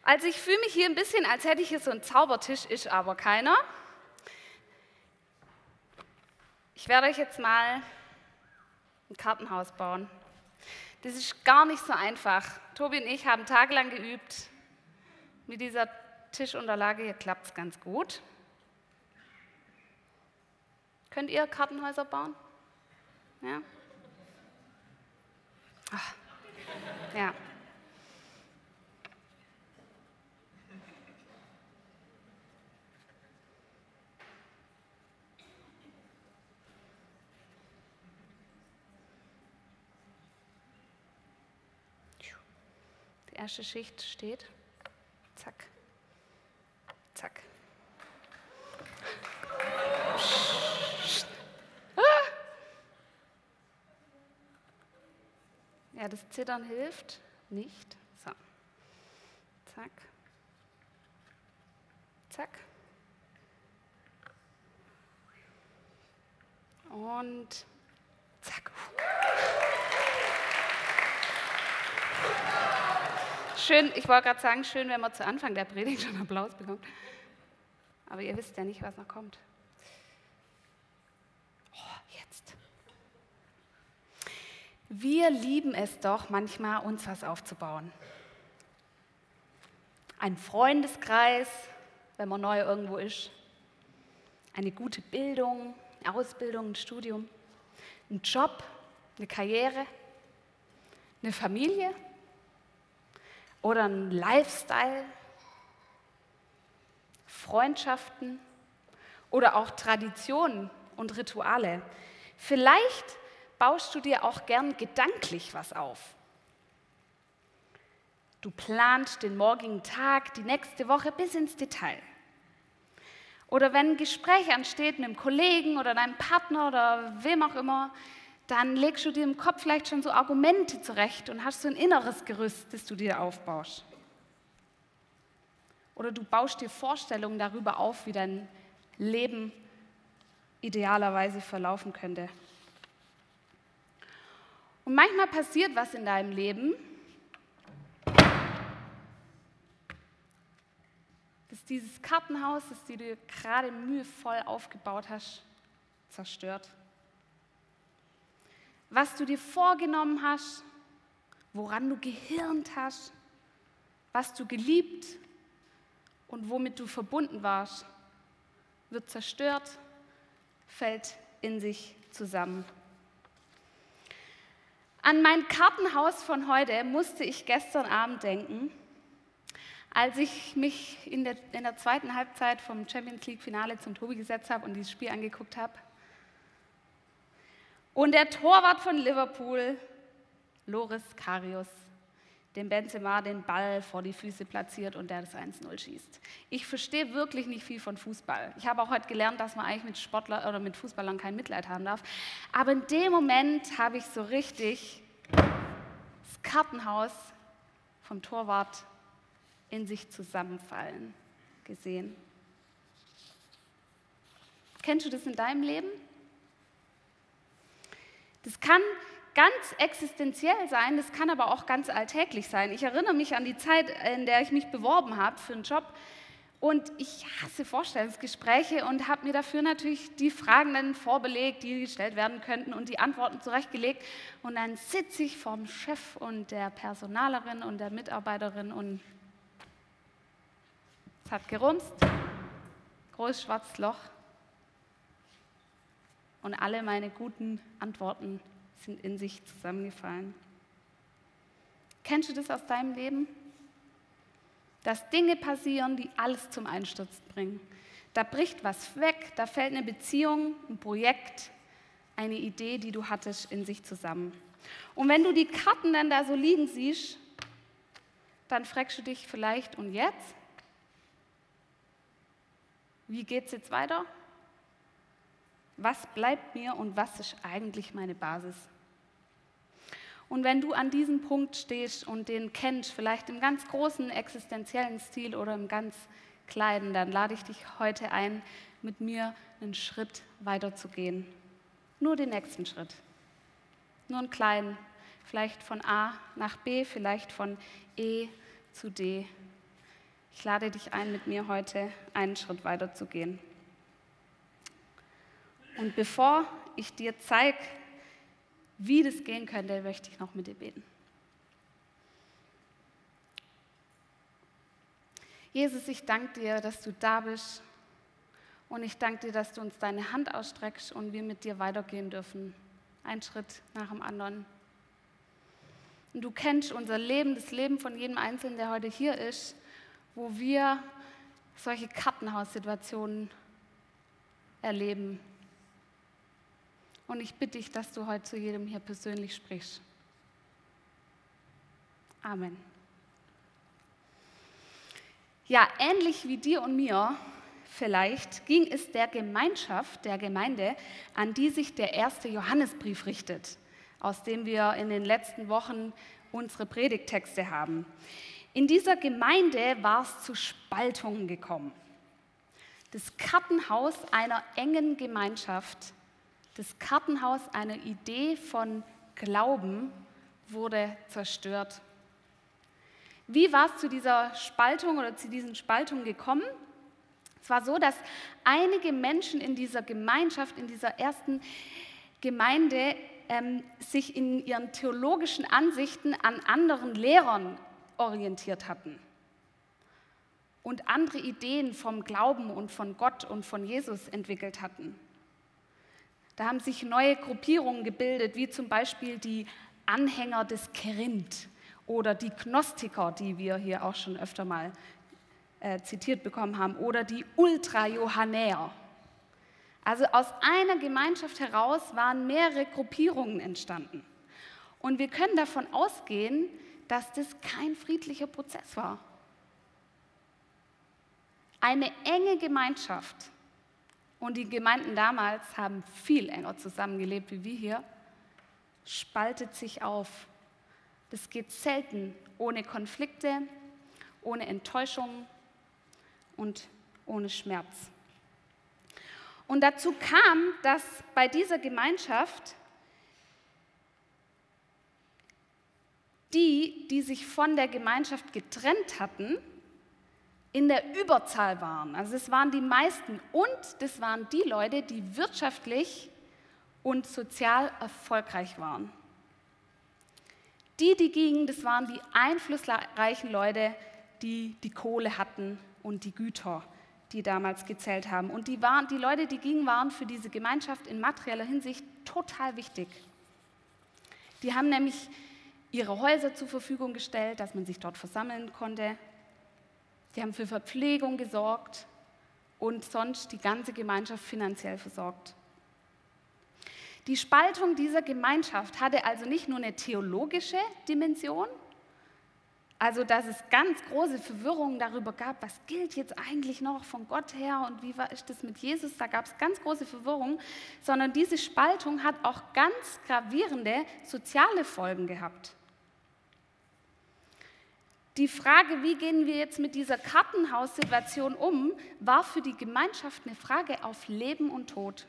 Also ich fühle mich hier ein bisschen, als hätte ich hier so einen Zaubertisch, ist aber keiner. Ich werde euch jetzt mal ein Kartenhaus bauen. Das ist gar nicht so einfach. Tobi und ich haben tagelang geübt. Mit dieser Tischunterlage hier klappt es ganz gut. Könnt ihr Kartenhäuser bauen? Ja? Ach, ja. Die erste Schicht steht. Zack. Zack. Ja, das Zittern hilft nicht. So. Zack. Zack. Und zack. Schön, ich wollte gerade sagen, schön, wenn man zu Anfang der Predigt schon Applaus bekommt. Aber ihr wisst ja nicht, was noch kommt. Oh, jetzt. Wir lieben es doch manchmal, uns was aufzubauen. Ein Freundeskreis, wenn man neu irgendwo ist. Eine gute Bildung, eine Ausbildung, ein Studium. Ein Job, eine Karriere, eine Familie oder ein Lifestyle. Freundschaften oder auch Traditionen und Rituale. Vielleicht baust du dir auch gern gedanklich was auf. Du planst den morgigen Tag, die nächste Woche bis ins Detail. Oder wenn ein Gespräch ansteht mit einem Kollegen oder deinem Partner oder wem auch immer, dann legst du dir im Kopf vielleicht schon so Argumente zurecht und hast so ein inneres Gerüst, das du dir aufbaust. Oder du baust dir Vorstellungen darüber auf, wie dein Leben idealerweise verlaufen könnte. Und manchmal passiert was in deinem Leben, das dieses Kartenhaus, das du dir gerade mühevoll aufgebaut hast, zerstört. Was du dir vorgenommen hast, woran du gehirnt hast, was du geliebt und womit du verbunden warst, wird zerstört, fällt in sich zusammen. An mein Kartenhaus von heute musste ich gestern Abend denken, als ich mich in der zweiten Halbzeit vom Champions League-Finale zum Tobi gesetzt habe und dieses Spiel angeguckt habe. Und der Torwart von Liverpool, Loris Karius, dem Benzema den Ball vor die Füße platziert und der das 1-0 schießt. Ich verstehe wirklich nicht viel von Fußball. Ich habe auch heute gelernt, dass man eigentlich mit Sportlern oder mit Fußballern kein Mitleid haben darf. Aber in dem Moment habe ich so richtig das Kartenhaus vom Torwart in sich zusammenfallen gesehen. Kennst du das in deinem Leben? Das kann ganz existenziell sein, das kann aber auch ganz alltäglich sein. Ich erinnere mich an die Zeit, in der ich mich beworben habe für einen Job und ich hasse Vorstellungsgespräche und habe mir dafür natürlich die Fragen dann vorbelegt, die gestellt werden könnten und die Antworten zurechtgelegt und dann sitze ich vorm Chef und der Personalerin und der Mitarbeiterin und es hat gerumst, großes schwarzes Loch und alle meine guten Antworten sind in sich zusammengefallen. Kennst du das aus deinem Leben? Dass Dinge passieren, die alles zum Einsturz bringen. Da bricht was weg, da fällt eine Beziehung, ein Projekt, eine Idee, die du hattest, in sich zusammen. Und wenn du die Karten dann da so liegen siehst, dann fragst du dich vielleicht, und jetzt? Wie geht's jetzt weiter? Was bleibt mir und was ist eigentlich meine Basis? Und wenn du an diesem Punkt stehst und den kennst, vielleicht im ganz großen existenziellen Stil oder im ganz kleinen, dann lade ich dich heute ein, mit mir einen Schritt weiter zu gehen. Nur den nächsten Schritt. Nur einen kleinen. Vielleicht von A nach B, vielleicht von E zu D. Ich lade dich ein, mit mir heute einen Schritt weiter zu gehen. Und bevor ich dir zeige, wie das gehen könnte, möchte ich noch mit dir beten. Jesus, ich danke dir, dass du da bist. Und ich danke dir, dass du uns deine Hand ausstreckst und wir mit dir weitergehen dürfen. Ein Schritt nach dem anderen. Und du kennst unser Leben, das Leben von jedem Einzelnen, der heute hier ist, wo wir solche Kartenhaussituationen erleben. Und ich bitte dich, dass du heute zu jedem hier persönlich sprichst. Amen. Ja, ähnlich wie dir und mir vielleicht ging es der Gemeinschaft, der Gemeinde, an die sich der erste Johannesbrief richtet, aus dem wir in den letzten Wochen unsere Predigttexte haben. In dieser Gemeinde war es zu Spaltungen gekommen. Das Kartenhaus einer engen Gemeinschaft, das Kartenhaus einer Idee von Glauben wurde zerstört. Wie war es zu dieser Spaltung oder zu diesen Spaltungen gekommen? Es war so, dass einige Menschen in dieser Gemeinschaft, in dieser ersten Gemeinde, sich in ihren theologischen Ansichten an anderen Lehrern orientiert hatten und andere Ideen vom Glauben und von Gott und von Jesus entwickelt hatten. Da haben sich neue Gruppierungen gebildet, wie zum Beispiel die Anhänger des Korinth oder die Gnostiker, die wir hier auch schon öfter mal zitiert bekommen haben, oder die Ultrajohanäer. Also aus einer Gemeinschaft heraus waren mehrere Gruppierungen entstanden. Und wir können davon ausgehen, dass das kein friedlicher Prozess war. Eine enge Gemeinschaft, und die Gemeinden damals haben viel enger zusammengelebt wie wir hier, spaltet sich auf. Das geht selten ohne Konflikte, ohne Enttäuschung und ohne Schmerz. Und dazu kam, dass bei dieser Gemeinschaft die sich von der Gemeinschaft getrennt hatten, in der Überzahl waren. Also es waren die meisten und das waren die Leute, die wirtschaftlich und sozial erfolgreich waren. Die gingen, das waren die einflussreichen Leute, die die Kohle hatten und die Güter, die damals gezählt haben. Und die Leute, die gingen, waren für diese Gemeinschaft in materieller Hinsicht total wichtig. Die haben nämlich ihre Häuser zur Verfügung gestellt, dass man sich dort versammeln konnte. Die haben für Verpflegung gesorgt und sonst die ganze Gemeinschaft finanziell versorgt. Die Spaltung dieser Gemeinschaft hatte also nicht nur eine theologische Dimension, also dass es ganz große Verwirrungen darüber gab, was gilt jetzt eigentlich noch von Gott her und wie ist das mit Jesus, da gab es ganz große Verwirrungen, sondern diese Spaltung hat auch ganz gravierende soziale Folgen gehabt. Die Frage, wie gehen wir jetzt mit dieser Kartenhaussituation um, war für die Gemeinschaft eine Frage auf Leben und Tod.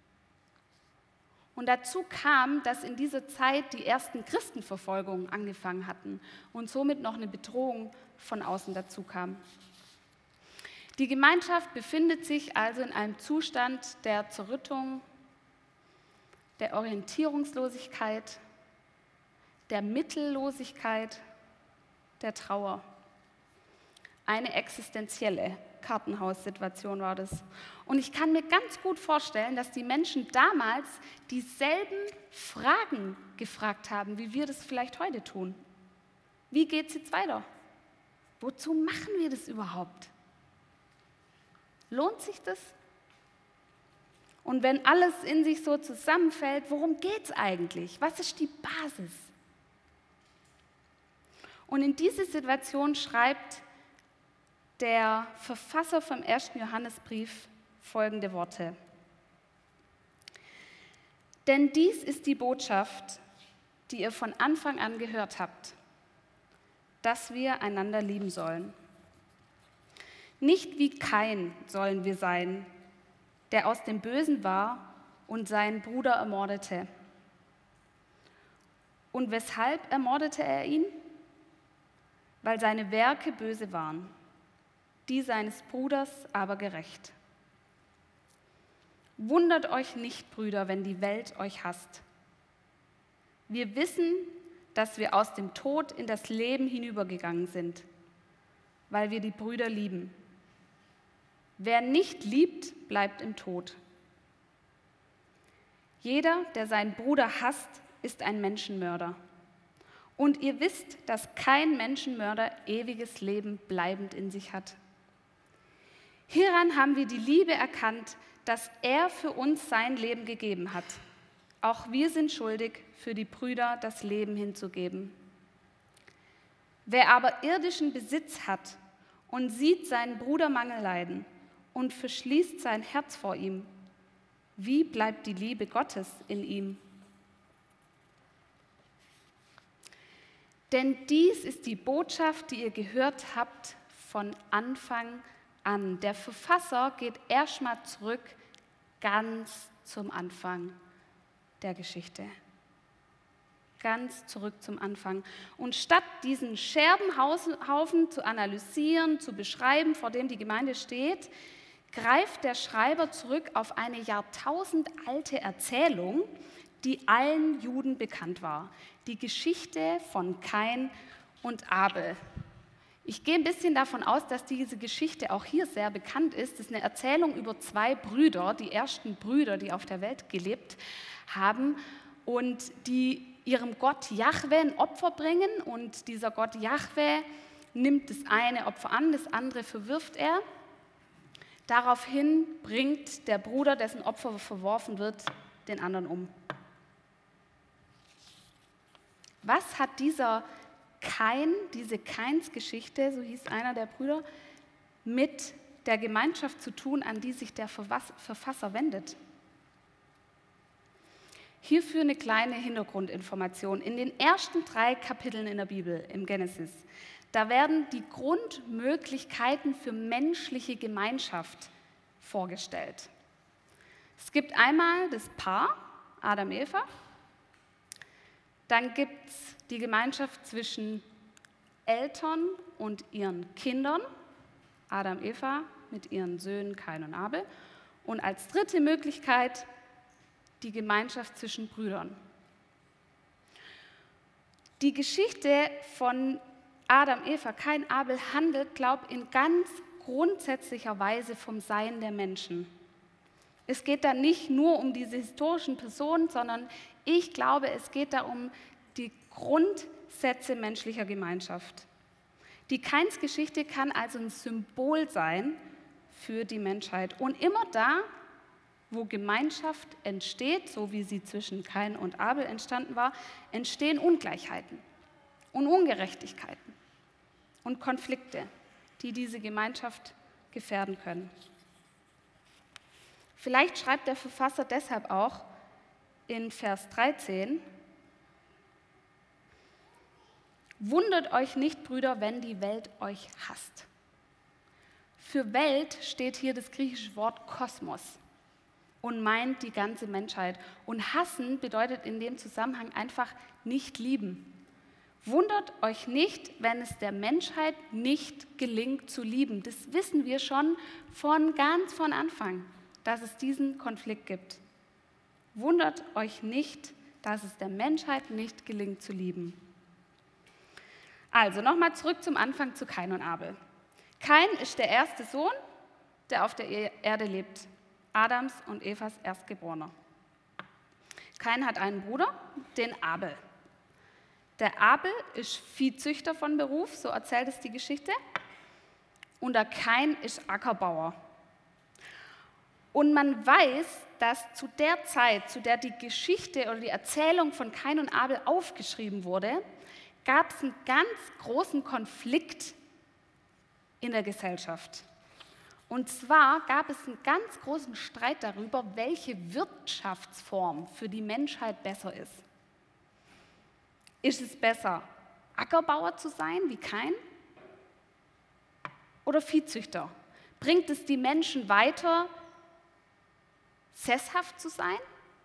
Und dazu kam, dass in dieser Zeit die ersten Christenverfolgungen angefangen hatten und somit noch eine Bedrohung von außen dazu kam. Die Gemeinschaft befindet sich also in einem Zustand der Zerrüttung, der Orientierungslosigkeit, der Mittellosigkeit, der Trauer. Eine existenzielle Kartenhaussituation war das. Und ich kann mir ganz gut vorstellen, dass die Menschen damals dieselben Fragen gefragt haben, wie wir das vielleicht heute tun. Wie geht es jetzt weiter? Wozu machen wir das überhaupt? Lohnt sich das? Und wenn alles in sich so zusammenfällt, worum geht es eigentlich? Was ist die Basis? Und in diese Situation schreibt der Verfasser vom 1. Johannesbrief folgende Worte. Denn dies ist die Botschaft, die ihr von Anfang an gehört habt, dass wir einander lieben sollen. Nicht wie Kain sollen wir sein, der aus dem Bösen war und seinen Bruder ermordete. Und weshalb ermordete er ihn? Weil seine Werke böse waren die seines Bruders aber gerecht. Wundert euch nicht, Brüder, wenn die Welt euch hasst. Wir wissen, dass wir aus dem Tod in das Leben hinübergegangen sind, weil wir die Brüder lieben. Wer nicht liebt, bleibt im Tod. Jeder, der seinen Bruder hasst, ist ein Menschenmörder. Und ihr wisst, dass kein Menschenmörder ewiges Leben bleibend in sich hat. Hieran haben wir die Liebe erkannt, dass er für uns sein Leben gegeben hat. Auch wir sind schuldig, für die Brüder das Leben hinzugeben. Wer aber irdischen Besitz hat und sieht seinen Bruder Mangel leiden und verschließt sein Herz vor ihm, wie bleibt die Liebe Gottes in ihm? Denn dies ist die Botschaft, die ihr gehört habt von Anfang an. Der Verfasser geht erstmal zurück, ganz zum Anfang der Geschichte. Ganz zurück zum Anfang. Und statt diesen Scherbenhaufen zu analysieren, zu beschreiben, vor dem die Gemeinde steht, greift der Schreiber zurück auf eine jahrtausendalte Erzählung, die allen Juden bekannt war. Die Geschichte von Kain und Abel. Ich gehe ein bisschen davon aus, dass diese Geschichte auch hier sehr bekannt ist. Das ist eine Erzählung über zwei Brüder, die ersten Brüder, die auf der Welt gelebt haben und die ihrem Gott Jahwe ein Opfer bringen. Und dieser Gott Jahwe nimmt das eine Opfer an, das andere verwirft er. Daraufhin bringt der Bruder, dessen Opfer verworfen wird, den anderen um. Was hat dieser Kain, diese Kains-Geschichte, so hieß einer der Brüder, mit der Gemeinschaft zu tun, an die sich der Verfasser wendet? Hierfür eine kleine Hintergrundinformation. In den ersten 3 Kapiteln in der Bibel, im Genesis, da werden die Grundmöglichkeiten für menschliche Gemeinschaft vorgestellt. Es gibt einmal das Paar, Adam, Eva. Dann gibt es die Gemeinschaft zwischen Eltern und ihren Kindern, Adam, Eva mit ihren Söhnen Kain und Abel. Und als dritte Möglichkeit die Gemeinschaft zwischen Brüdern. Die Geschichte von Adam, Eva, Kain, Abel handelt, glaube ich, in ganz grundsätzlicher Weise vom Sein der Menschen. Es geht da nicht nur um diese historischen Personen, sondern ich glaube, es geht da um die Grundsätze menschlicher Gemeinschaft. Die Kains-Geschichte kann also ein Symbol sein für die Menschheit. Und immer da, wo Gemeinschaft entsteht, so wie sie zwischen Kain und Abel entstanden war, entstehen Ungleichheiten und Ungerechtigkeiten und Konflikte, die diese Gemeinschaft gefährden können. Vielleicht schreibt der Verfasser deshalb auch in Vers 13: Wundert euch nicht, Brüder, wenn die Welt euch hasst. Für Welt steht hier das griechische Wort Kosmos und meint die ganze Menschheit. Und hassen bedeutet in dem Zusammenhang einfach nicht lieben. Wundert euch nicht, wenn es der Menschheit nicht gelingt zu lieben. Das wissen wir schon ganz von Anfang, dass es diesen Konflikt gibt. Wundert euch nicht, dass es der Menschheit nicht gelingt zu lieben. Also nochmal zurück zum Anfang zu Kain und Abel. Kain ist der erste Sohn, der auf der Erde lebt. Adams und Evas Erstgeborener. Kain hat einen Bruder, den Abel. Der Abel ist Viehzüchter von Beruf, so erzählt es die Geschichte. Und der Kain ist Ackerbauer. Und man weiß, dass zu der Zeit, zu der die Geschichte oder die Erzählung von Kain und Abel aufgeschrieben wurde, gab es einen ganz großen Konflikt in der Gesellschaft. Und zwar gab es einen ganz großen Streit darüber, welche Wirtschaftsform für die Menschheit besser ist. Ist es besser, Ackerbauer zu sein wie Kain oder Viehzüchter? Bringt es die Menschen weiter, sesshaft zu sein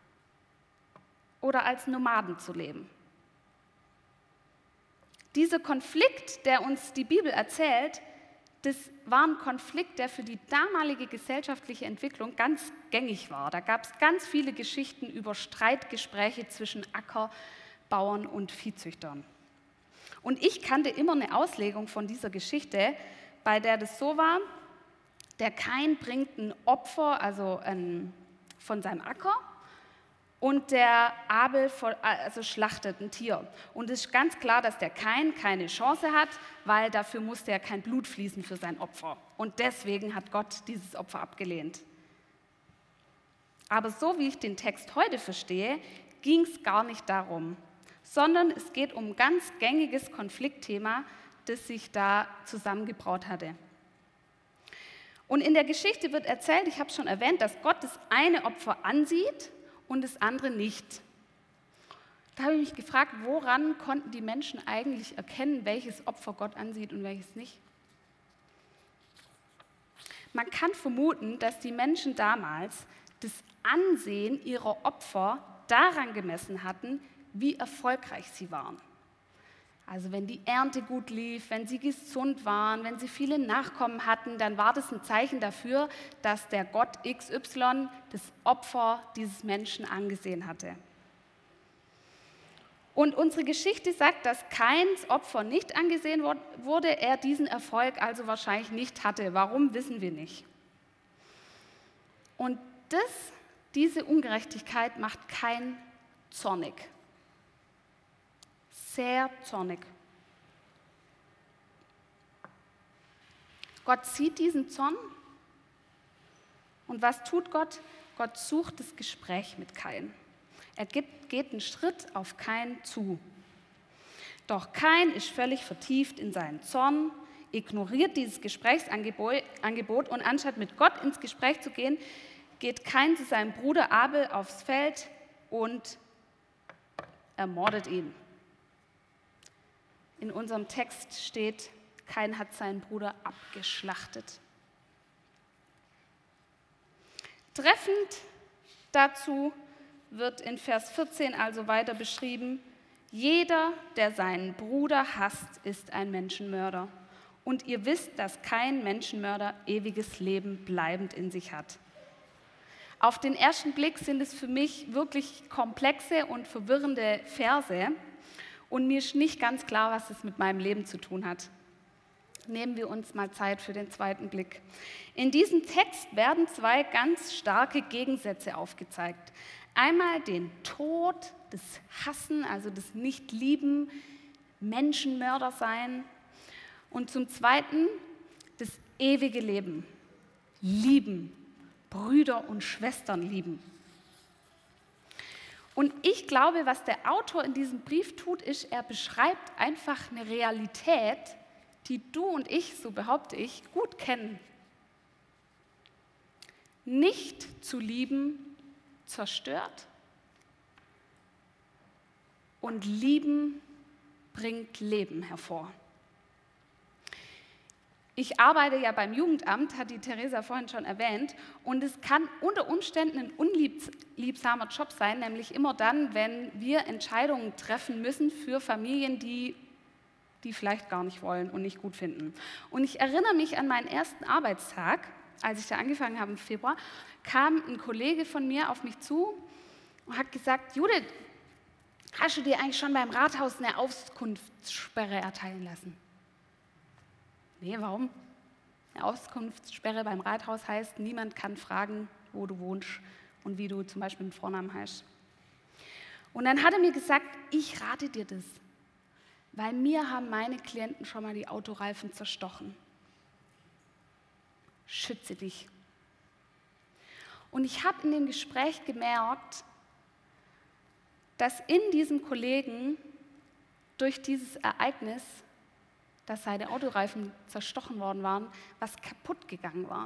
oder als Nomaden zu leben? Dieser Konflikt, der uns die Bibel erzählt, das war ein Konflikt, der für die damalige gesellschaftliche Entwicklung ganz gängig war. Da gab es ganz viele Geschichten über Streitgespräche zwischen Ackerbauern und Viehzüchtern. Und ich kannte immer eine Auslegung von dieser Geschichte, bei der das so war, der Kain bringt ein Opfer, von seinem Acker, und der Abel schlachtet ein Tier. Und es ist ganz klar, dass der Kain keine Chance hat, weil dafür musste ja kein Blut fließen für sein Opfer. Und deswegen hat Gott dieses Opfer abgelehnt. Aber so wie ich den Text heute verstehe, ging es gar nicht darum, sondern es geht um ein ganz gängiges Konfliktthema, das sich da zusammengebraut hatte. Und in der Geschichte wird erzählt, ich habe schon erwähnt, dass Gott das eine Opfer ansieht und das andere nicht. Da habe ich mich gefragt, woran konnten die Menschen eigentlich erkennen, welches Opfer Gott ansieht und welches nicht? Man kann vermuten, dass die Menschen damals das Ansehen ihrer Opfer daran gemessen hatten, wie erfolgreich sie waren. Also wenn die Ernte gut lief, wenn sie gesund waren, wenn sie viele Nachkommen hatten, dann war das ein Zeichen dafür, dass der Gott XY das Opfer dieses Menschen angesehen hatte. Und unsere Geschichte sagt, dass Kains Opfer nicht angesehen wurde, er diesen Erfolg also wahrscheinlich nicht hatte. Warum, wissen wir nicht. Und diese Ungerechtigkeit macht Kain zornig. Sehr zornig. Gott sieht diesen Zorn und was tut Gott? Gott sucht das Gespräch mit Kain. Er geht einen Schritt auf Kain zu. Doch Kain ist völlig vertieft in seinen Zorn, ignoriert dieses Gesprächsangebot und anstatt mit Gott ins Gespräch zu gehen, geht Kain zu seinem Bruder Abel aufs Feld und ermordet ihn. In unserem Text steht, Kain hat seinen Bruder abgeschlachtet. Treffend dazu wird in Vers 14 also weiter beschrieben, jeder, der seinen Bruder hasst, ist ein Menschenmörder. Und ihr wisst, dass kein Menschenmörder ewiges Leben bleibend in sich hat. Auf den ersten Blick sind es für mich wirklich komplexe und verwirrende Verse. Und mir ist nicht ganz klar, was es mit meinem Leben zu tun hat. Nehmen wir uns mal Zeit für den zweiten Blick. In diesem Text werden zwei ganz starke Gegensätze aufgezeigt. Einmal den Tod, das Hassen, also das Nicht-Lieben, Menschenmörder sein. Und zum Zweiten das ewige Leben, lieben, Brüder und Schwestern lieben. Und ich glaube, was der Autor in diesem Brief tut, ist, er beschreibt einfach eine Realität, die du und ich, so behaupte ich, gut kennen. Nicht zu lieben zerstört und lieben bringt Leben hervor. Ich arbeite ja beim Jugendamt, hat die Theresa vorhin schon erwähnt, und es kann unter Umständen ein unliebsamer Job sein, nämlich immer dann, wenn wir Entscheidungen treffen müssen für Familien, die vielleicht gar nicht wollen und nicht gut finden. Und ich erinnere mich an meinen ersten Arbeitstag, als ich da angefangen habe im Februar, kam ein Kollege von mir auf mich zu und hat gesagt, Judith, hast du dir eigentlich schon beim Rathaus eine Auskunftssperre erteilen lassen? Nee, warum? Eine Auskunftssperre beim Rathaus heißt, niemand kann fragen, wo du wohnst und wie du zum Beispiel mit Vornamen heißt. Und dann hat er mir gesagt, ich rate dir das, weil mir haben meine Klienten schon mal die Autoreifen zerstochen. Schütze dich. Und ich habe in dem Gespräch gemerkt, dass in diesem Kollegen durch dieses Ereignis, dass seine Autoreifen zerstochen worden waren, was kaputt gegangen war.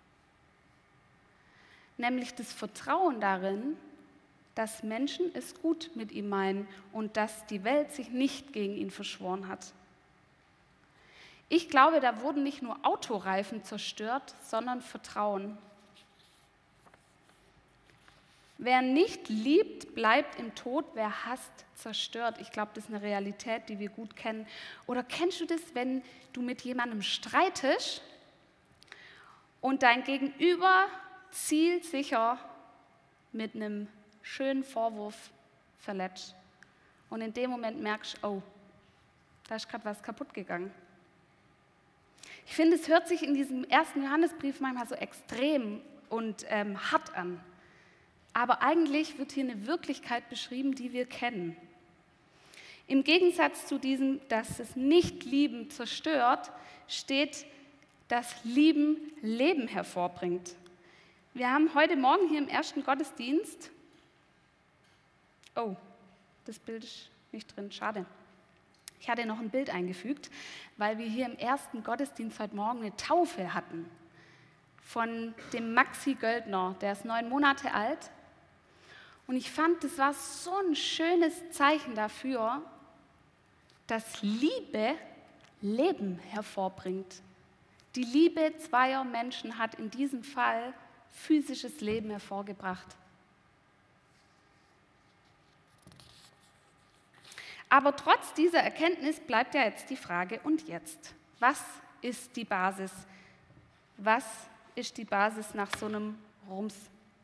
Nämlich das Vertrauen darin, dass Menschen es gut mit ihm meinen und dass die Welt sich nicht gegen ihn verschworen hat. Ich glaube, da wurden nicht nur Autoreifen zerstört, sondern Vertrauen. Wer nicht liebt, bleibt im Tod. Wer hasst, zerstört. Ich glaube, das ist eine Realität, die wir gut kennen. Oder kennst du das, wenn du mit jemandem streitest und dein Gegenüber zielsicher mit einem schönen Vorwurf verletzt und in dem Moment merkst, oh, da ist gerade was kaputt gegangen. Ich finde, es hört sich in diesem ersten Johannesbrief manchmal so extrem und hart an. Aber eigentlich wird hier eine Wirklichkeit beschrieben, die wir kennen. Im Gegensatz zu diesem, dass das Nicht-Lieben zerstört, steht, dass Lieben Leben hervorbringt. Wir haben heute Morgen hier im ersten Gottesdienst, oh, das Bild ist nicht drin, schade. Ich hatte noch ein Bild eingefügt, weil wir hier im ersten Gottesdienst heute Morgen eine Taufe hatten von dem Maxi Göldner, der ist 9 Monate alt. Und ich fand, das war so ein schönes Zeichen dafür, dass Liebe Leben hervorbringt. Die Liebe zweier Menschen hat in diesem Fall physisches Leben hervorgebracht. Aber trotz dieser Erkenntnis bleibt ja jetzt die Frage, und jetzt? Was ist die Basis? Was ist die Basis nach so einem Rums?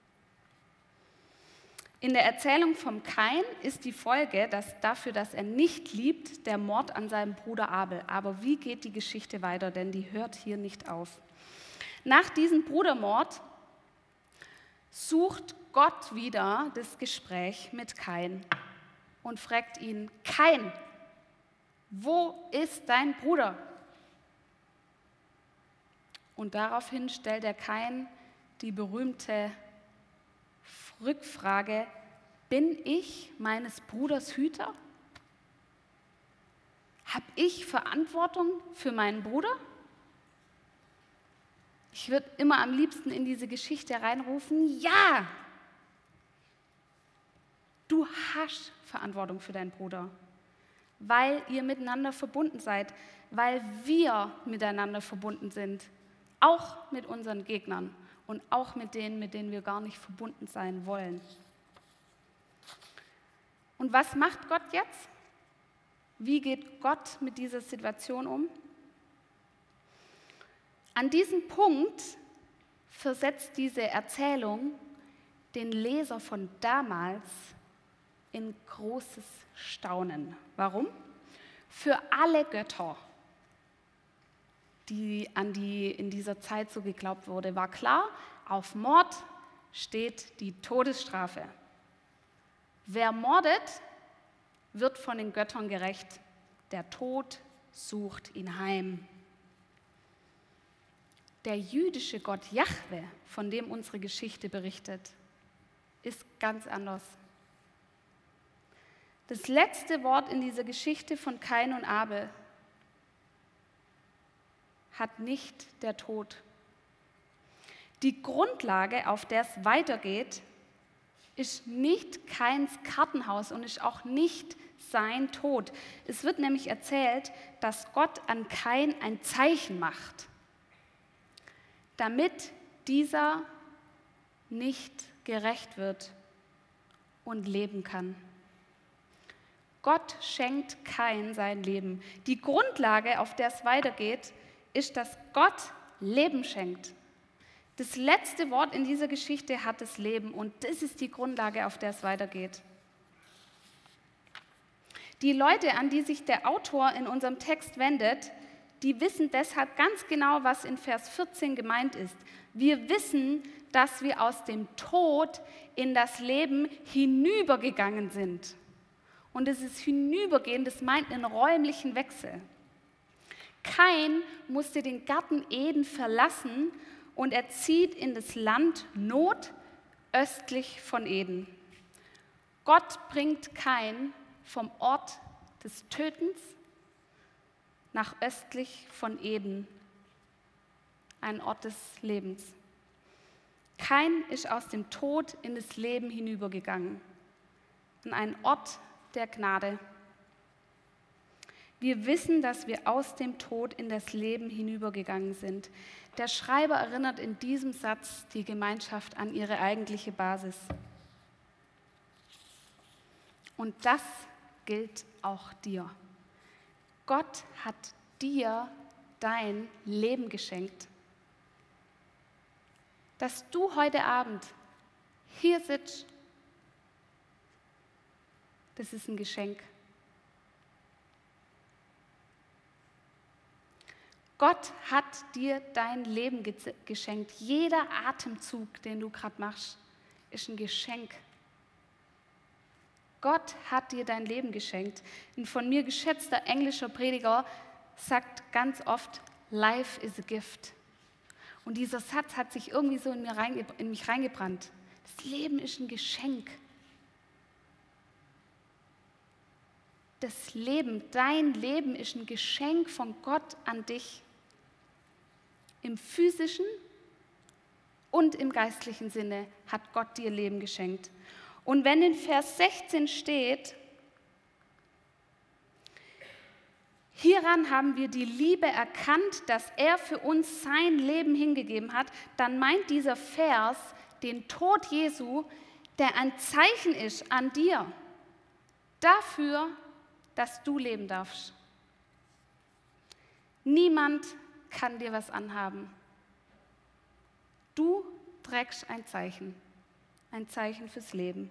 In der Erzählung vom Kain ist die Folge, dass dafür, dass er nicht liebt, der Mord an seinem Bruder Abel. Aber wie geht die Geschichte weiter? Denn die hört hier nicht auf. Nach diesem Brudermord sucht Gott wieder das Gespräch mit Kain und fragt ihn: Kain, wo ist dein Bruder? Und daraufhin stellt der Kain die berühmte Rückfrage: Bin ich meines Bruders Hüter? Habe ich Verantwortung für meinen Bruder? Ich würde immer am liebsten in diese Geschichte reinrufen: Ja! Du hast Verantwortung für deinen Bruder, weil ihr miteinander verbunden seid, weil wir miteinander verbunden sind, auch mit unseren Gegnern. Und auch mit denen wir gar nicht verbunden sein wollen. Und was macht Gott jetzt? Wie geht Gott mit dieser Situation um? An diesem Punkt versetzt diese Erzählung den Leser von damals in großes Staunen. Warum? Für alle Götter, an die in dieser Zeit so geglaubt wurde, war klar, auf Mord steht die Todesstrafe. Wer mordet, wird von den Göttern gerächt. Der Tod sucht ihn heim. Der jüdische Gott Jahwe, von dem unsere Geschichte berichtet, ist ganz anders. Das letzte Wort in dieser Geschichte von Kain und Abel hat nicht der Tod. Die Grundlage, auf der es weitergeht, ist nicht Kains Kartenhaus und ist auch nicht sein Tod. Es wird nämlich erzählt, dass Gott an Kain ein Zeichen macht, damit dieser nicht gerächt wird und leben kann. Gott schenkt Kain sein Leben. Die Grundlage, auf der es weitergeht, ist, dass Gott Leben schenkt. Das letzte Wort in dieser Geschichte hat das Leben und das ist die Grundlage, auf der es weitergeht. Die Leute, an die sich der Autor in unserem Text wendet, die wissen deshalb ganz genau, was in Vers 14 gemeint ist. Wir wissen, dass wir aus dem Tod in das Leben hinübergegangen sind. Und dieses Hinübergehen, das meint einen räumlichen Wechsel. Kain musste den Garten Eden verlassen und er zieht in das Land Nod östlich von Eden. Gott bringt Kain vom Ort des Tötens nach östlich von Eden, ein Ort des Lebens. Kain ist aus dem Tod in das Leben hinübergegangen, an einen Ort der Gnade. Wir wissen, dass wir aus dem Tod in das Leben hinübergegangen sind. Der Schreiber erinnert in diesem Satz die Gemeinschaft an ihre eigentliche Basis. Und das gilt auch dir. Gott hat dir dein Leben geschenkt. Dass du heute Abend hier sitzt, das ist ein Geschenk. Gott hat dir dein Leben geschenkt. Jeder Atemzug, den du gerade machst, ist ein Geschenk. Gott hat dir dein Leben geschenkt. Ein von mir geschätzter englischer Prediger sagt ganz oft, Life is a gift. Und dieser Satz hat sich irgendwie so in mich reingebrannt. Das Leben ist ein Geschenk. Das Leben, dein Leben ist ein Geschenk von Gott an dich. Im physischen und im geistlichen Sinne hat Gott dir Leben geschenkt. Und wenn in Vers 16 steht, hieran haben wir die Liebe erkannt, dass er für uns sein Leben hingegeben hat, dann meint dieser Vers den Tod Jesu, der ein Zeichen ist an dir, dafür, dass du leben darfst. Niemand kann dir was anhaben. Du trägst ein Zeichen fürs Leben.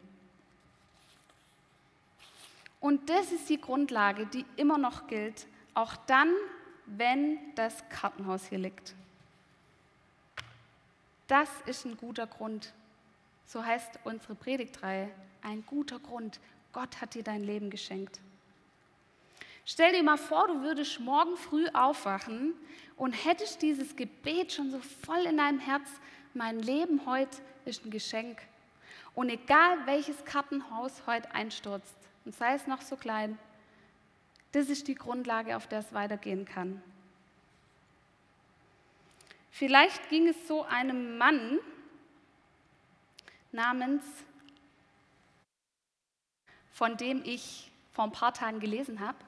Und das ist die Grundlage, die immer noch gilt, auch dann, wenn das Kartenhaus hier liegt. Das ist ein guter Grund. So heißt unsere Predigtreihe. Ein guter Grund. Gott hat dir dein Leben geschenkt. Stell dir mal vor, du würdest morgen früh aufwachen und hättest dieses Gebet schon so voll in deinem Herz. Mein Leben heute ist ein Geschenk. Und egal, welches Kartenhaus heute einstürzt, und sei es noch so klein, das ist die Grundlage, auf der es weitergehen kann. Vielleicht ging es so einem Mann namens, von dem ich vor ein paar Tagen gelesen habe.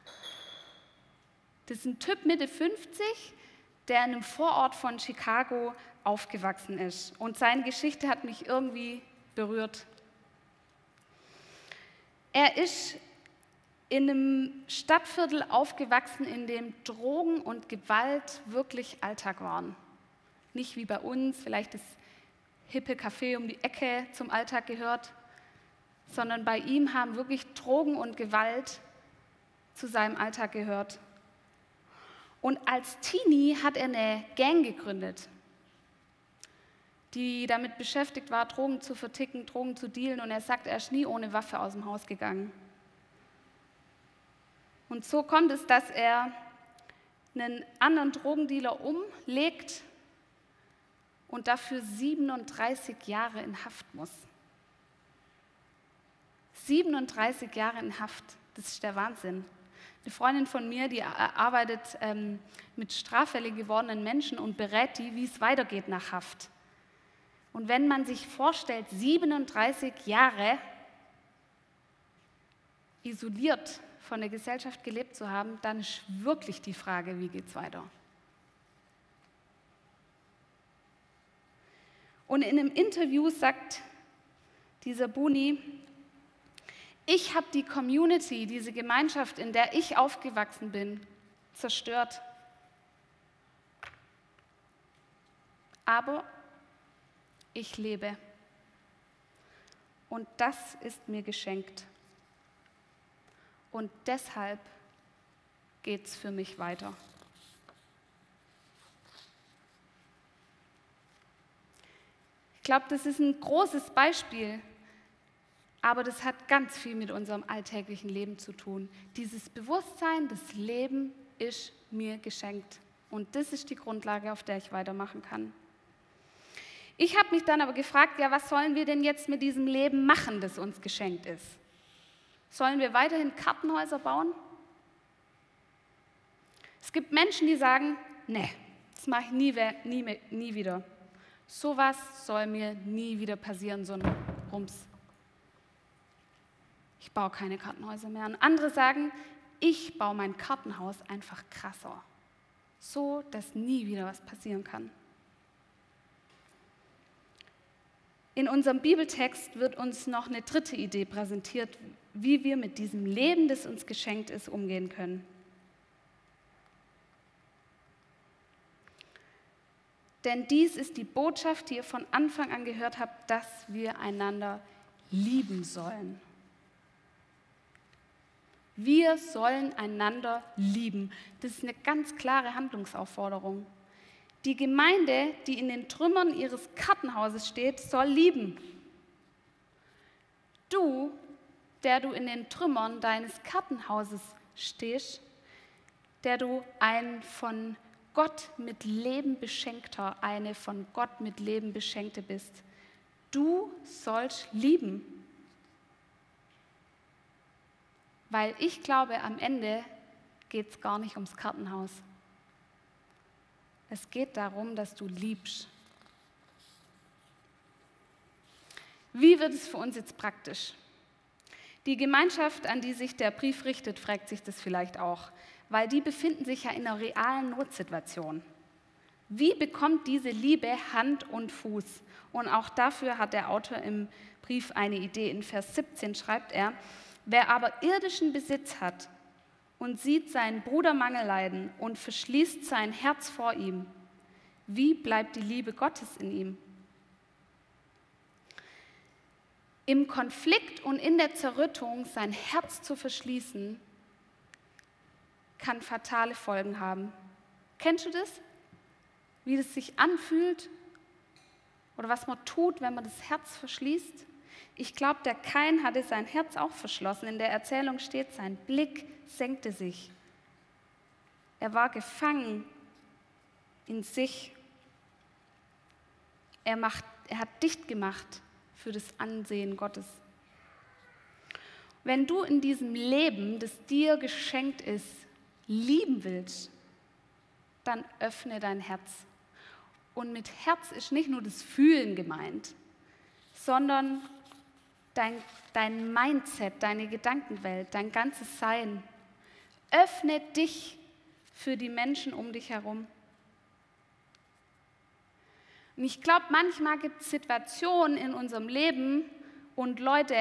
Das ist ein Typ Mitte 50, der in einem Vorort von Chicago aufgewachsen ist. Und seine Geschichte hat mich irgendwie berührt. Er ist in einem Stadtviertel aufgewachsen, in dem Drogen und Gewalt wirklich Alltag waren. Nicht wie bei uns, vielleicht das hippe Café um die Ecke zum Alltag gehört, sondern bei ihm haben wirklich Drogen und Gewalt zu seinem Alltag gehört. Und als Teenie hat er eine Gang gegründet, die damit beschäftigt war, Drogen zu verticken, Drogen zu dealen. Und er sagt, er ist nie ohne Waffe aus dem Haus gegangen. Und so kommt es, dass er einen anderen Drogendealer umlegt und dafür 37 Jahre in Haft muss. 37 Jahre in Haft, das ist der Wahnsinn. Eine Freundin von mir, die arbeitet mit straffällig gewordenen Menschen und berät die, wie es weitergeht nach Haft. Und wenn man sich vorstellt, 37 Jahre isoliert von der Gesellschaft gelebt zu haben, dann ist wirklich die Frage, wie geht es weiter? Und in einem Interview sagt dieser Buni, ich habe die Community, diese Gemeinschaft, in der ich aufgewachsen bin, zerstört. Aber ich lebe. Und das ist mir geschenkt. Und deshalb geht es für mich weiter. Ich glaube, das ist ein großes Beispiel, aber das hat ganz viel mit unserem alltäglichen Leben zu tun. Dieses Bewusstsein, das Leben ist mir geschenkt. Und das ist die Grundlage, auf der ich weitermachen kann. Ich habe mich dann aber gefragt, ja, was sollen wir denn jetzt mit diesem Leben machen, das uns geschenkt ist? Sollen wir weiterhin Kartenhäuser bauen? Es gibt Menschen, die sagen, nee, das mache ich nie wieder. Sowas soll mir nie wieder passieren, so ein Rums. Ich baue keine Kartenhäuser mehr. Und andere sagen, ich baue mein Kartenhaus einfach krasser, so dass nie wieder was passieren kann. In unserem Bibeltext wird uns noch eine dritte Idee präsentiert, wie wir mit diesem Leben, das uns geschenkt ist, umgehen können. Denn dies ist die Botschaft, die ihr von Anfang an gehört habt, dass wir einander lieben sollen. Wir sollen einander lieben. Das ist eine ganz klare Handlungsaufforderung. Die Gemeinde, die in den Trümmern ihres Kartenhauses steht, soll lieben. Du, der du in den Trümmern deines Kartenhauses stehst, der du ein von Gott mit Leben beschenkter, eine von Gott mit Leben beschenkte bist, du sollst lieben. Weil ich glaube, am Ende geht es gar nicht ums Kartenhaus. Es geht darum, dass du liebst. Wie wird es für uns jetzt praktisch? Die Gemeinschaft, an die sich der Brief richtet, fragt sich das vielleicht auch, weil die befinden sich ja in einer realen Notsituation. Wie bekommt diese Liebe Hand und Fuß? Und auch dafür hat der Autor im Brief eine Idee. In Vers 17 schreibt er: Wer aber irdischen Besitz hat und sieht seinen Bruder Mangel leiden und verschließt sein Herz vor ihm, wie bleibt die Liebe Gottes in ihm? Im Konflikt und in der Zerrüttung sein Herz zu verschließen, kann fatale Folgen haben. Kennst du das? Wie das sich anfühlt oder was man tut, wenn man das Herz verschließt? Ich glaube, der Kain hatte sein Herz auch verschlossen. In der Erzählung steht, sein Blick senkte sich. Er war gefangen in sich. Er hat dicht gemacht für das Ansehen Gottes. Wenn du in diesem Leben, das dir geschenkt ist, lieben willst, dann öffne dein Herz. Und mit Herz ist nicht nur das Fühlen gemeint, sondern dein Mindset, deine Gedankenwelt, dein ganzes Sein. Öffne dich für die Menschen um dich herum. Und ich glaube, manchmal gibt es Situationen in unserem Leben und Leute,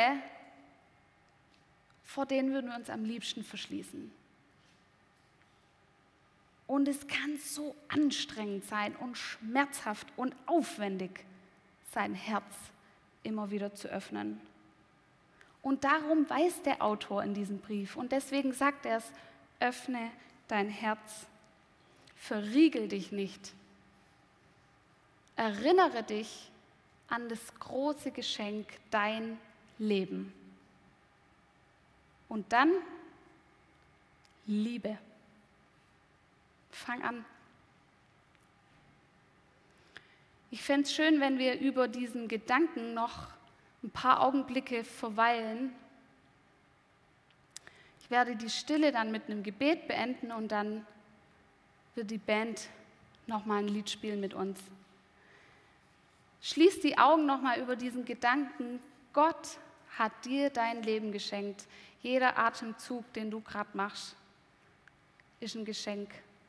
vor denen würden wir uns am liebsten verschließen. Und es kann so anstrengend sein und schmerzhaft und aufwendig, sein Herz immer wieder zu öffnen. Und darum weiß der Autor in diesem Brief. Und deswegen sagt er es: Öffne dein Herz, verriegel dich nicht. Erinnere dich an das große Geschenk, dein Leben. Und dann Liebe. Fang an. Ich fände es schön, wenn wir über diesen Gedanken noch ein paar Augenblicke verweilen. Ich werde die Stille dann mit einem Gebet beenden und dann wird die Band nochmal ein Lied spielen mit uns. Schließ die Augen nochmal über diesen Gedanken. Gott hat dir dein Leben geschenkt. Jeder Atemzug, den du gerade machst, ist ein Geschenk.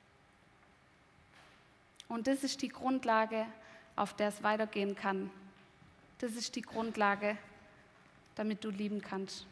Und das ist die Grundlage, auf der es weitergehen kann. Das ist die Grundlage, damit du lieben kannst.